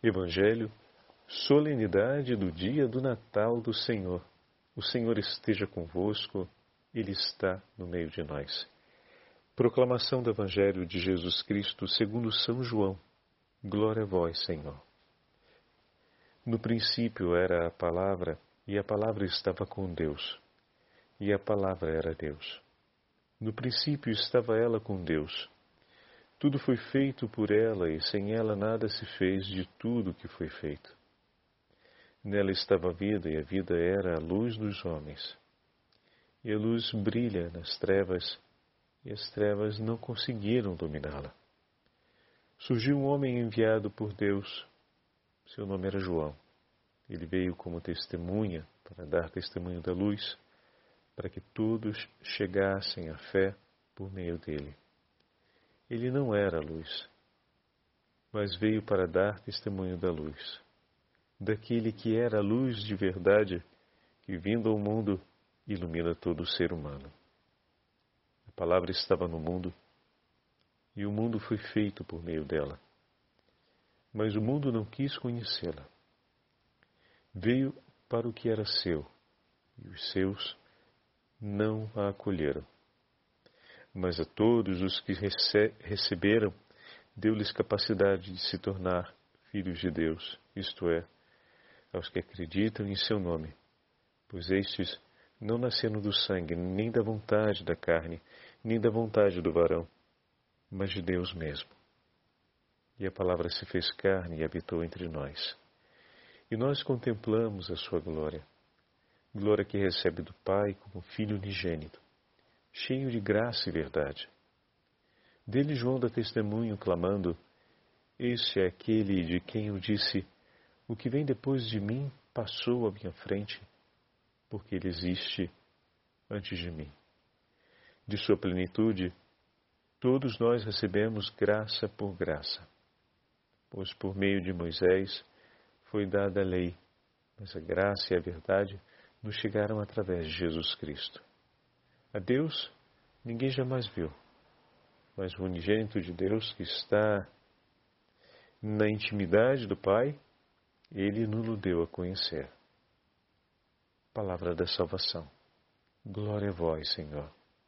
Evangelho, solenidade do dia do Natal do Senhor. O Senhor esteja convosco, Ele está no meio de nós. Proclamação do Evangelho de Jesus Cristo segundo São João. Glória a vós, Senhor. No princípio era a palavra, e a palavra estava com Deus, e a palavra era Deus. No princípio estava ela com Deus. Tudo foi feito por ela, e sem ela nada se fez de tudo que foi feito. Nela estava a vida, e a vida era a luz dos homens. E a luz brilha nas trevas, e as trevas não conseguiram dominá-la. Surgiu um homem enviado por Deus. Seu nome era João. Ele veio como testemunha para dar testemunho da luz, para que todos chegassem à fé por meio dele. Ele não era a luz, mas veio para dar testemunho da luz, daquele que era a luz de verdade, que vindo ao mundo ilumina todo o ser humano. A palavra estava no mundo, e o mundo foi feito por meio dela. Mas o mundo não quis conhecê-la. Veio para o que era seu, e os seus não a acolheram. Mas a todos os que receberam, deu-lhes capacidade de se tornar filhos de Deus, isto é, aos que acreditam em seu nome, pois estes não nasceram do sangue, nem da vontade da carne, nem da vontade do varão, mas de Deus mesmo. E a palavra se fez carne e habitou entre nós. E nós contemplamos a sua glória, glória que recebe do Pai como Filho unigênito, cheio de graça e verdade. Dele João dá testemunho, clamando: Este é aquele de quem eu disse, o que vem depois de mim passou à minha frente, porque ele existe antes de mim. De sua plenitude, todos nós recebemos graça por graça, pois por meio de Moisés foi dada a lei, mas a graça e a verdade nos chegaram através de Jesus Cristo. A Deus ninguém jamais viu, mas o unigênito de Deus que está na intimidade do Pai, Ele nos deu a conhecer. Palavra da salvação. Glória a vós, Senhor.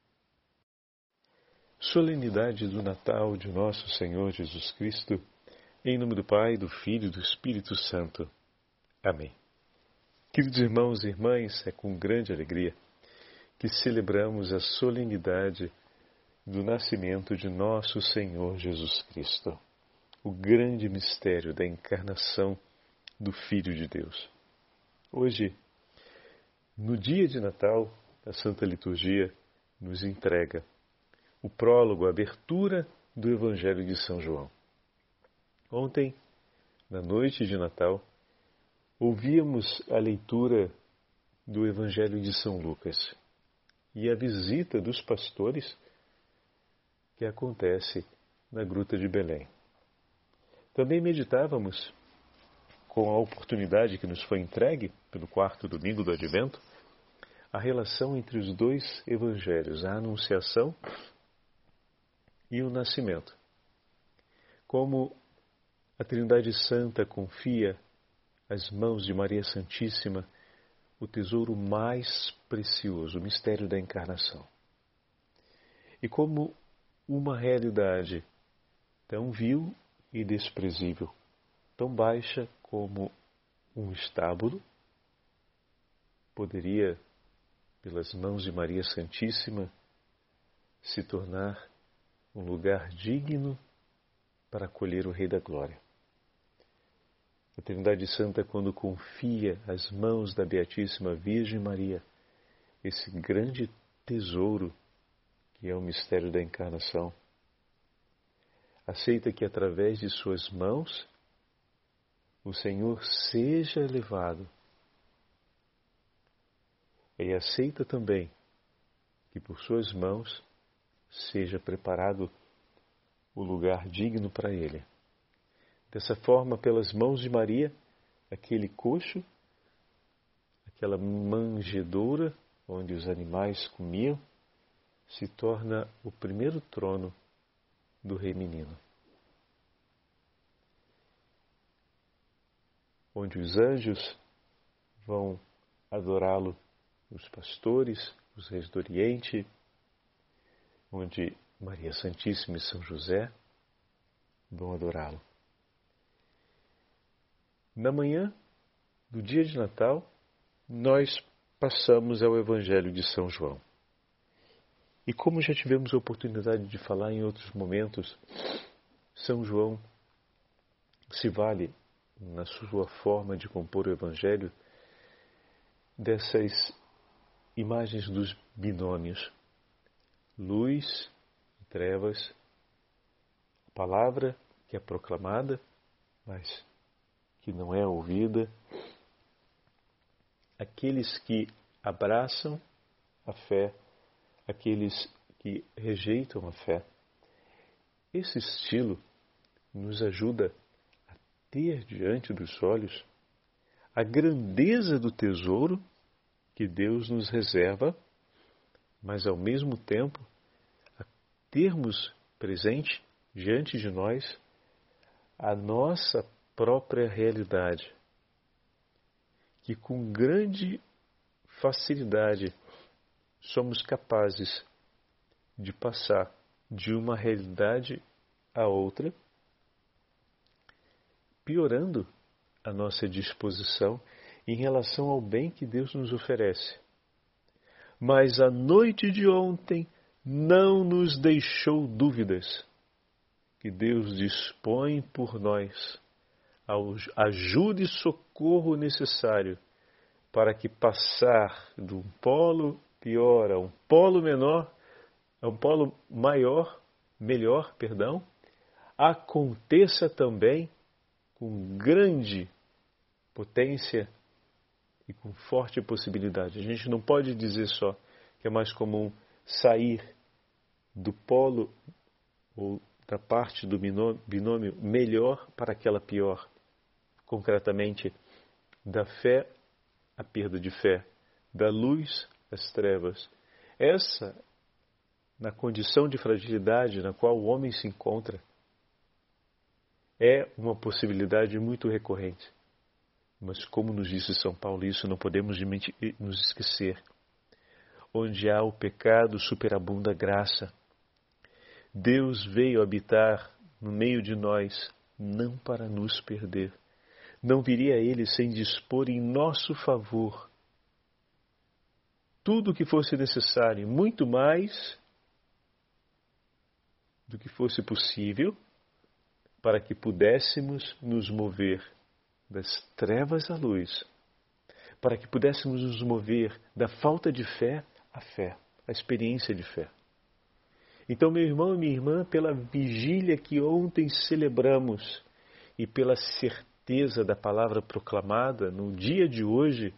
Solenidade do Natal de nosso Senhor Jesus Cristo, em nome do Pai, do Filho e do Espírito Santo. Amém. Queridos irmãos e irmãs, é com grande alegria que celebramos a solenidade do nascimento de nosso Senhor Jesus Cristo, o grande mistério da encarnação do Filho de Deus. Hoje, no dia de Natal, a Santa Liturgia nos entrega o prólogo, a abertura do Evangelho de São João. Ontem, na noite de Natal, ouvíamos a leitura do Evangelho de São Lucas e a visita dos pastores que acontece na Gruta de Belém. Também meditávamos, com a oportunidade que nos foi entregue pelo quarto domingo do Advento, a relação entre os dois evangelhos, a Anunciação e o Nascimento. Como a Trindade Santa confia às mãos de Maria Santíssima o tesouro mais precioso, o mistério da encarnação. E como uma realidade tão vil e desprezível, tão baixa como um estábulo, poderia, pelas mãos de Maria Santíssima, se tornar um lugar digno para acolher o Rei da Glória. A Trindade Santa, quando confia às mãos da Beatíssima Virgem Maria esse grande tesouro que é o mistério da encarnação, aceita que através de suas mãos o Senhor seja elevado e aceita também que por suas mãos seja preparado o lugar digno para ele. Dessa forma, pelas mãos de Maria, aquele coxo, aquela manjedoura onde os animais comiam, se torna o primeiro trono do Rei Menino. onde os anjos vão adorá-lo, os pastores, os reis do Oriente, onde Maria Santíssima e São José vão adorá-lo. Na manhã do dia de Natal, nós passamos ao Evangelho de São João. E como já tivemos a oportunidade de falar em outros momentos, São João se vale, na sua forma de compor o Evangelho, dessas imagens dos binômios. Luz e trevas, a palavra que é proclamada, mas que não é ouvida, aqueles que abraçam a fé, aqueles que rejeitam a fé. Esse estilo nos ajuda a ter diante dos olhos a grandeza do tesouro que Deus nos reserva, mas ao mesmo tempo a termos presente diante de nós a nossa própria realidade, que com grande facilidade somos capazes de passar de uma realidade a outra, piorando a nossa disposição em relação ao bem que Deus nos oferece. Mas a noite de ontem não nos deixou dúvidas que Deus dispõe por nós ajuda e socorro necessário para que passar de um polo pior a um polo menor, a um polo melhor, aconteça também com grande potência e com forte possibilidade. A gente não pode dizer só que é mais comum sair do polo ou da parte do binômio melhor para aquela pior. Concretamente, da fé à perda de fé, da luz às trevas. Essa, na condição de fragilidade na qual o homem se encontra, é uma possibilidade muito recorrente. Mas, como nos disse São Paulo, isso não podemos nos esquecer. Onde há o pecado, superabunda a graça. Deus veio habitar no meio de nós, não para nos perder. Não viria Ele sem dispor em nosso favor tudo o que fosse necessário, muito mais do que fosse possível, para que pudéssemos nos mover das trevas à luz, para que pudéssemos nos mover da falta de fé à fé, à experiência de fé. Então, meu irmão e minha irmã, pela vigília que ontem celebramos e pela certeza da palavra proclamada no dia de hoje,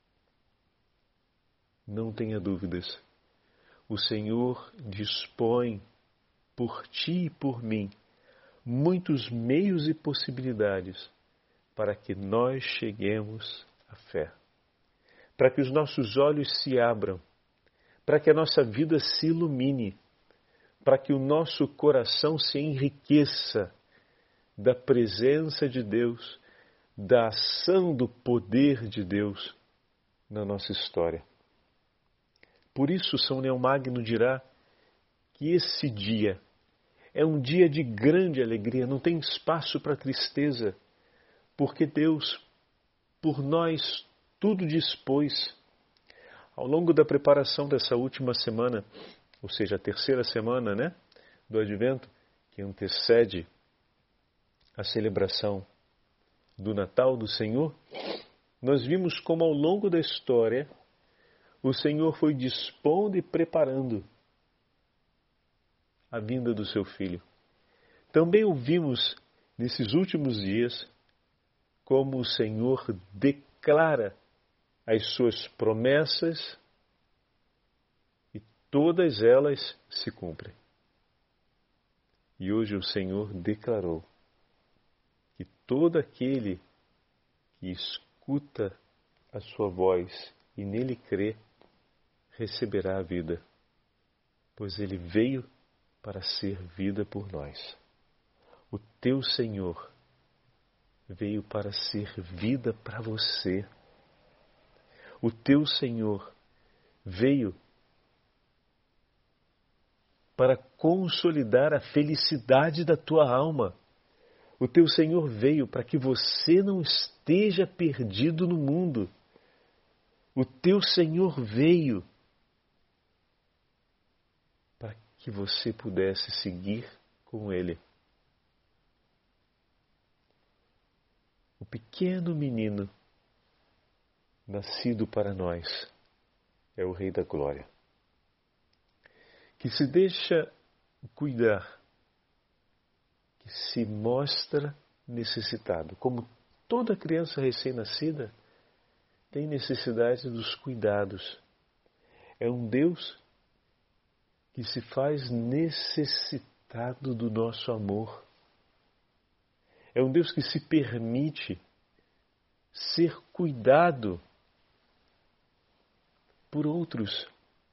não tenha dúvidas. O Senhor dispõe por ti e por mim muitos meios e possibilidades para que nós cheguemos à fé, para que os nossos olhos se abram, para que a nossa vida se ilumine, para que o nosso coração se enriqueça da presença de Deus, da ação do poder de Deus na nossa história. Por isso, São Leão Magno dirá que esse dia é um dia de grande alegria, não tem espaço para tristeza, porque Deus, por nós, tudo dispôs. Ao longo da preparação dessa última semana, ou seja, a terceira semana, do Advento, que antecede a celebração do Natal do Senhor, nós vimos como ao longo da história o Senhor foi dispondo e preparando a vinda do seu Filho. Também ouvimos nesses últimos dias como o Senhor declara as suas promessas e todas elas se cumprem. E hoje o Senhor declarou que todo aquele que escuta a sua voz e nele crê, receberá a vida, pois ele veio para ser vida por nós. O teu Senhor veio para ser vida para você. O teu Senhor veio para consolidar a felicidade da tua alma. O teu Senhor veio para que você não esteja perdido no mundo. O teu Senhor veio para que você pudesse seguir com Ele. O pequeno menino nascido para nós é o Rei da Glória, que se deixa cuidar, que se mostra necessitado. Como toda criança recém-nascida tem necessidade dos cuidados. É um Deus que se faz necessitado do nosso amor. É um Deus que se permite ser cuidado por outros.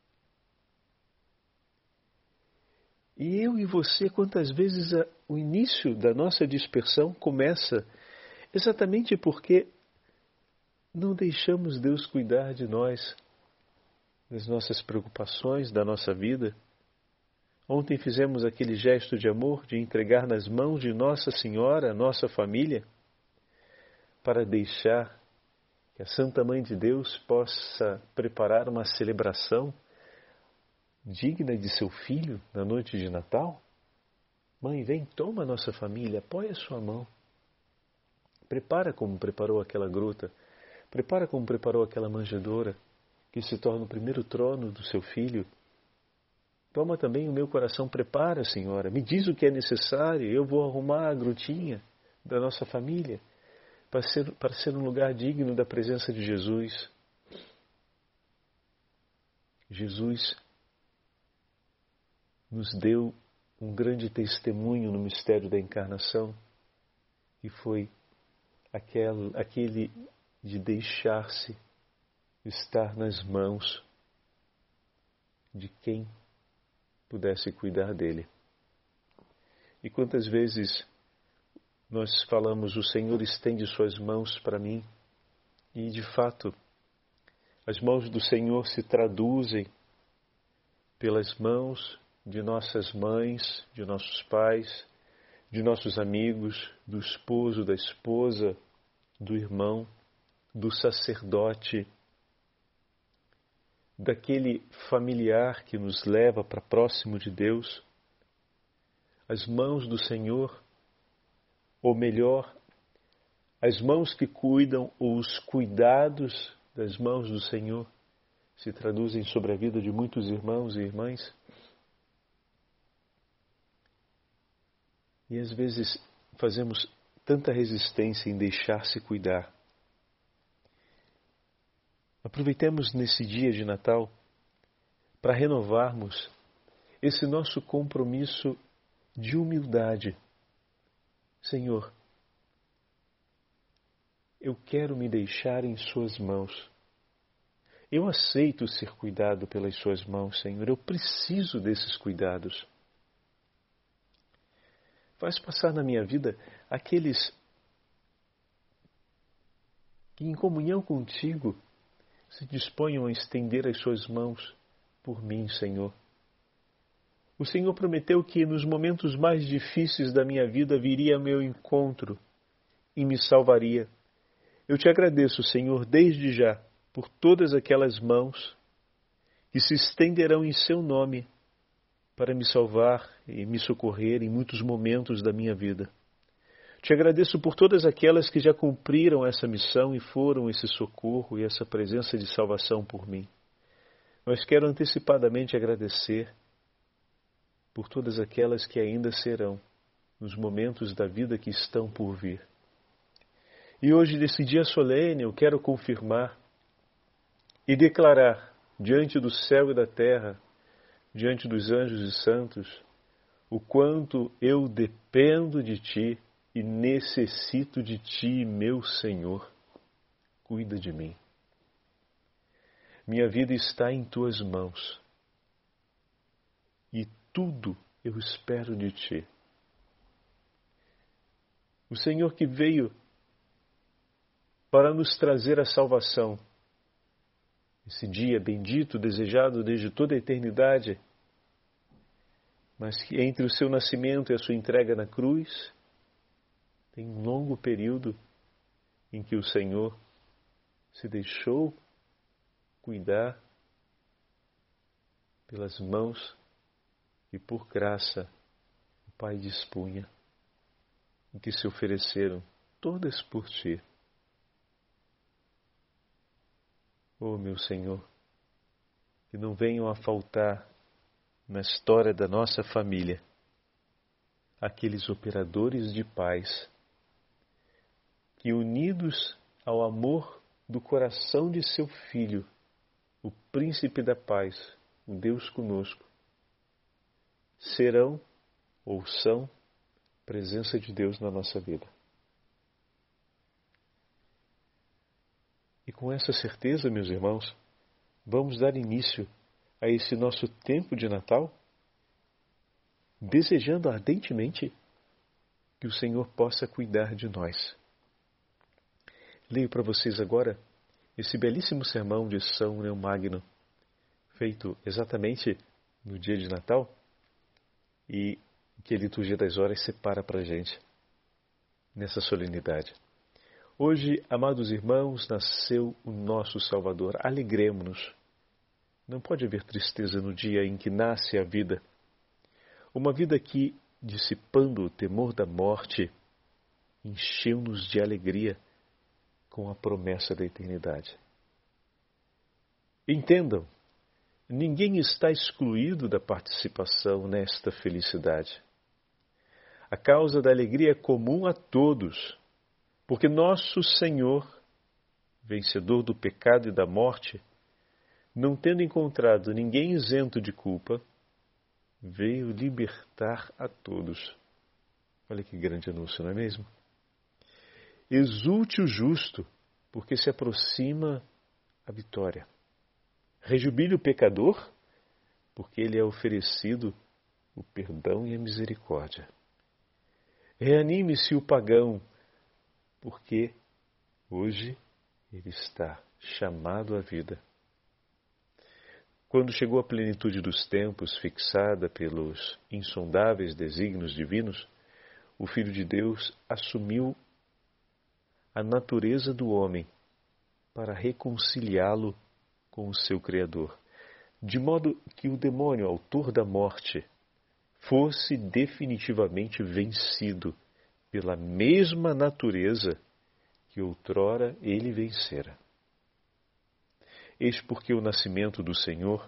E eu e você, quantas vezes o início da nossa dispersão começa exatamente porque não deixamos Deus cuidar de nós, das nossas preocupações, da nossa vida. Ontem fizemos aquele gesto de amor de entregar nas mãos de Nossa Senhora a nossa família, para deixar que a Santa Mãe de Deus possa preparar uma celebração digna de seu filho na noite de Natal. Mãe, vem, toma a nossa família, apoia a sua mão. Prepara como preparou aquela gruta, prepara como preparou aquela manjedoura, que se torna o primeiro trono do seu filho. Toma também o meu coração, prepara, Senhora, me diz o que é necessário, eu vou arrumar a grutinha da nossa família, para ser um lugar digno da presença de Jesus. Jesus nos deu um grande testemunho no mistério da encarnação, que foi aquele de deixar-se estar nas mãos de quem pudesse cuidar dele. E quantas vezes nós falamos, o Senhor estende suas mãos para mim, e de fato, as mãos do Senhor se traduzem pelas mãos de nossas mães, de nossos pais, de nossos amigos, do esposo, da esposa, do irmão, do sacerdote, daquele familiar que nos leva para próximo de Deus. As mãos do Senhor, ou melhor, as mãos que cuidam, ou os cuidados das mãos do Senhor, se traduzem sobre a vida de muitos irmãos e irmãs. E às vezes fazemos tanta resistência em deixar-se cuidar. Aproveitemos nesse dia de Natal para renovarmos esse nosso compromisso de humildade. Senhor, eu quero me deixar em Suas mãos. Eu aceito ser cuidado pelas Suas mãos, Senhor. Eu preciso desses cuidados. Faz passar na minha vida aqueles que em comunhão contigo se disponham a estender as suas mãos por mim, Senhor. O Senhor prometeu que nos momentos mais difíceis da minha vida viria ao meu encontro e me salvaria. Eu te agradeço, Senhor, desde já, por todas aquelas mãos que se estenderão em seu nome para me salvar e me socorrer em muitos momentos da minha vida. Te agradeço por todas aquelas que já cumpriram essa missão e foram esse socorro e essa presença de salvação por mim. Mas quero antecipadamente agradecer por todas aquelas que ainda serão nos momentos da vida que estão por vir. E hoje, nesse dia solene, eu quero confirmar e declarar diante do céu e da terra, diante dos anjos e santos, o quanto eu dependo de Ti e necessito de Ti, meu Senhor. Cuida de mim. Minha vida está em Tuas mãos e tudo eu espero de Ti. O Senhor que veio para nos trazer a salvação. Esse dia bendito, desejado desde toda a eternidade, mas que entre o seu nascimento e a sua entrega na cruz, tem um longo período em que o Senhor se deixou cuidar pelas mãos e por graça o Pai dispunha, em que se ofereceram todas por ti. Oh, meu Senhor, que não venham a faltar na história da nossa família aqueles operadores de paz que, unidos ao amor do coração de seu Filho, o Príncipe da Paz, o Deus conosco, serão ou são presença de Deus na nossa vida. E com essa certeza, meus irmãos, vamos dar início a esse nosso tempo de Natal, desejando ardentemente que o Senhor possa cuidar de nós. Leio para vocês agora esse belíssimo sermão de São Leão Magno, feito exatamente no dia de Natal e que a Liturgia das Horas separa para a gente nessa solenidade. Hoje, amados irmãos, nasceu o nosso Salvador. Alegremo-nos. Não pode haver tristeza no dia em que nasce a vida. Uma vida que, dissipando o temor da morte, encheu-nos de alegria com a promessa da eternidade. Entendam, ninguém está excluído da participação nesta felicidade. A causa da alegria é comum a todos, porque nosso Senhor, vencedor do pecado e da morte, não tendo encontrado ninguém isento de culpa, veio libertar a todos. Olha que grande anúncio, não é mesmo? Exulte o justo, porque se aproxima a vitória. Rejubile o pecador, porque ele é oferecido o perdão e a misericórdia. Reanime-se o pagão, porque hoje ele está chamado à vida. Quando chegou a plenitude dos tempos, fixada pelos insondáveis desígnios divinos, o Filho de Deus assumiu a natureza do homem para reconciliá-lo com o seu Criador, de modo que o demônio, autor da morte, fosse definitivamente vencido pela mesma natureza que outrora ele vencera. Eis porque ao nascimento do Senhor,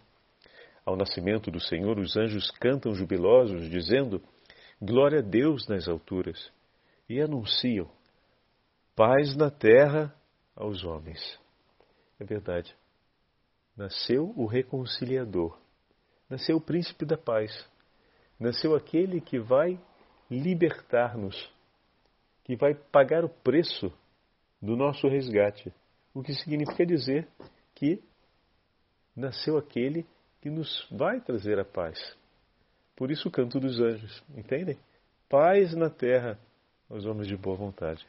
os anjos cantam jubilosos, dizendo: Glória a Deus nas alturas, e anunciam paz na terra aos homens. É verdade. Nasceu o reconciliador, nasceu o príncipe da paz, nasceu aquele que vai libertar-nos, que vai pagar o preço do nosso resgate. O que significa dizer que nasceu aquele que nos vai trazer a paz. Por isso o canto dos anjos, entendem? Paz na terra aos homens de boa vontade.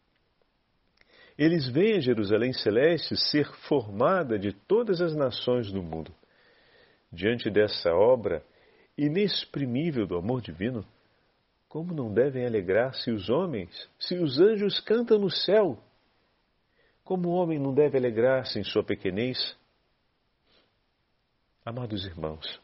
Eles veem a Jerusalém celeste ser formada de todas as nações do mundo. Diante dessa obra inexprimível do amor divino, como não devem alegrar-se os homens, se os anjos cantam no céu? Como o homem não deve alegrar-se em sua pequenez? Amados irmãos,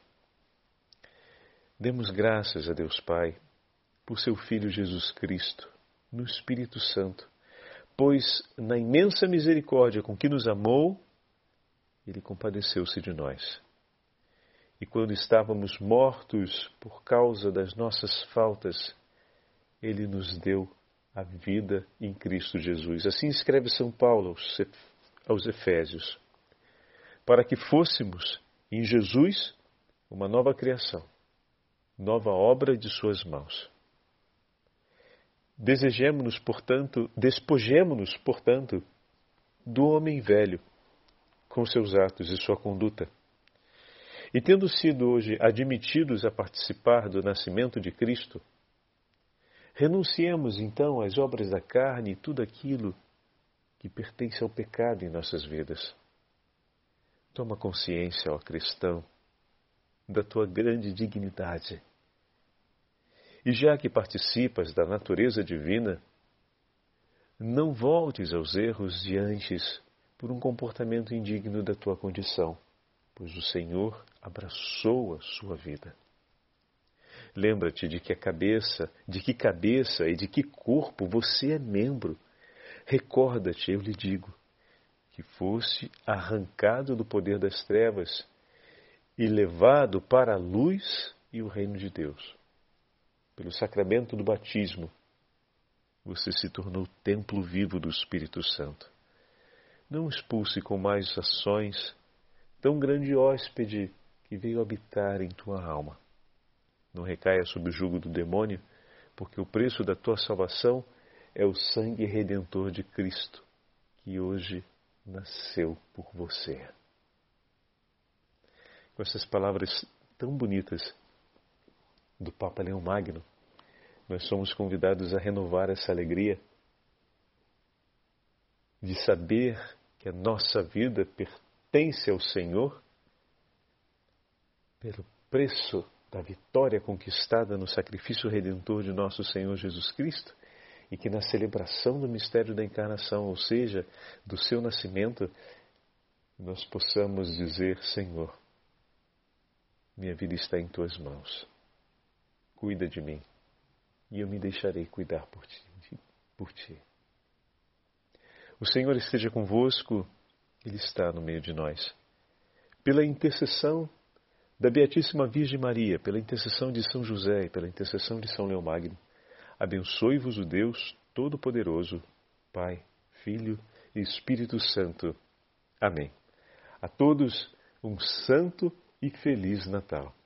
demos graças a Deus Pai por seu Filho Jesus Cristo, no Espírito Santo, pois na imensa misericórdia com que nos amou, Ele compadeceu-se de nós. E quando estávamos mortos por causa das nossas faltas, Ele nos deu a vida em Cristo Jesus. Assim escreve São Paulo aos Efésios, para que fôssemos em Jesus uma nova criação, nova obra de suas mãos. Despojemo-nos, portanto, do homem velho, com seus atos e sua conduta. E tendo sido hoje admitidos a participar do nascimento de Cristo, renunciemos então às obras da carne e tudo aquilo que pertence ao pecado em nossas vidas. Toma consciência, ó cristão, da tua grande dignidade. E já que participas da natureza divina, não voltes aos erros de antes por um comportamento indigno da tua condição, pois o Senhor abraçou a sua vida. Lembra-te de que cabeça e de que corpo você é membro. Recorda-te, eu lhe digo, que foste arrancado do poder das trevas e levado para a luz e o reino de Deus. Pelo sacramento do batismo, você se tornou templo vivo do Espírito Santo. Não expulse com mais ações tão grande hóspede que veio habitar em tua alma. Não recaia sob o jugo do demônio, porque o preço da tua salvação é o sangue redentor de Cristo, que hoje nasceu por você. Com essas palavras tão bonitas do Papa Leão Magno, nós somos convidados a renovar essa alegria de saber que a nossa vida pertence ao Senhor pelo preço da vitória conquistada no sacrifício redentor de nosso Senhor Jesus Cristo, e que na celebração do mistério da encarnação, ou seja, do seu nascimento, nós possamos dizer: Senhor, minha vida está em tuas mãos. Cuida de mim e eu me deixarei cuidar por ti. O Senhor esteja convosco, Ele está no meio de nós. Pela intercessão da Beatíssima Virgem Maria, pela intercessão de São José e pela intercessão de São Leão Magno, abençoe-vos o Deus Todo-Poderoso, Pai, Filho e Espírito Santo. Amém. A todos um santo e feliz Natal.